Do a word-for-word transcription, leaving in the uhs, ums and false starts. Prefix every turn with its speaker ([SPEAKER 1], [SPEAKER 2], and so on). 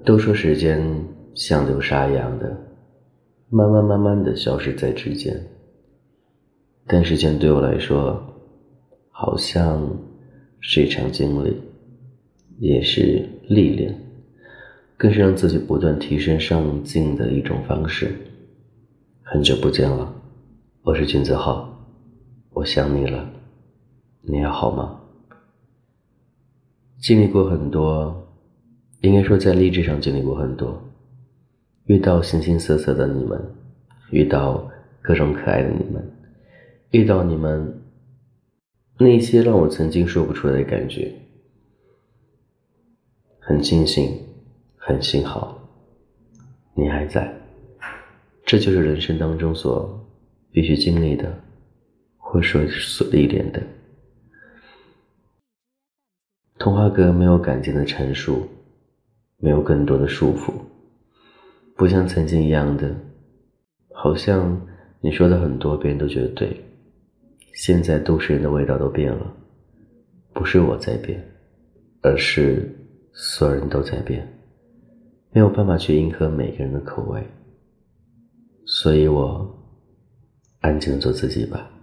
[SPEAKER 1] 都说时间像流沙一样的，慢慢慢慢的消失在指尖，但时间对我来说，好像是一场经历，也是历练，更是让自己不断提升上进的一种方式。很久不见了，我是君子浩，我想你了，你还好吗？经历过很多，应该说在励志上经历过很多，遇到形形色色的你们，遇到各种可爱的你们，遇到你们那些让我曾经说不出来的感觉，很庆幸，很幸好你还在。这就是人生当中所必须经历的，或者说所历练的。童话哥没有感情的陈述，没有更多的束缚，不像曾经一样的，好像你说的很多别人都觉得对。现在都市人的味道都变了，不是我在变，而是所有人都在变，没有办法去迎合每个人的口味，所以我安静的做自己吧。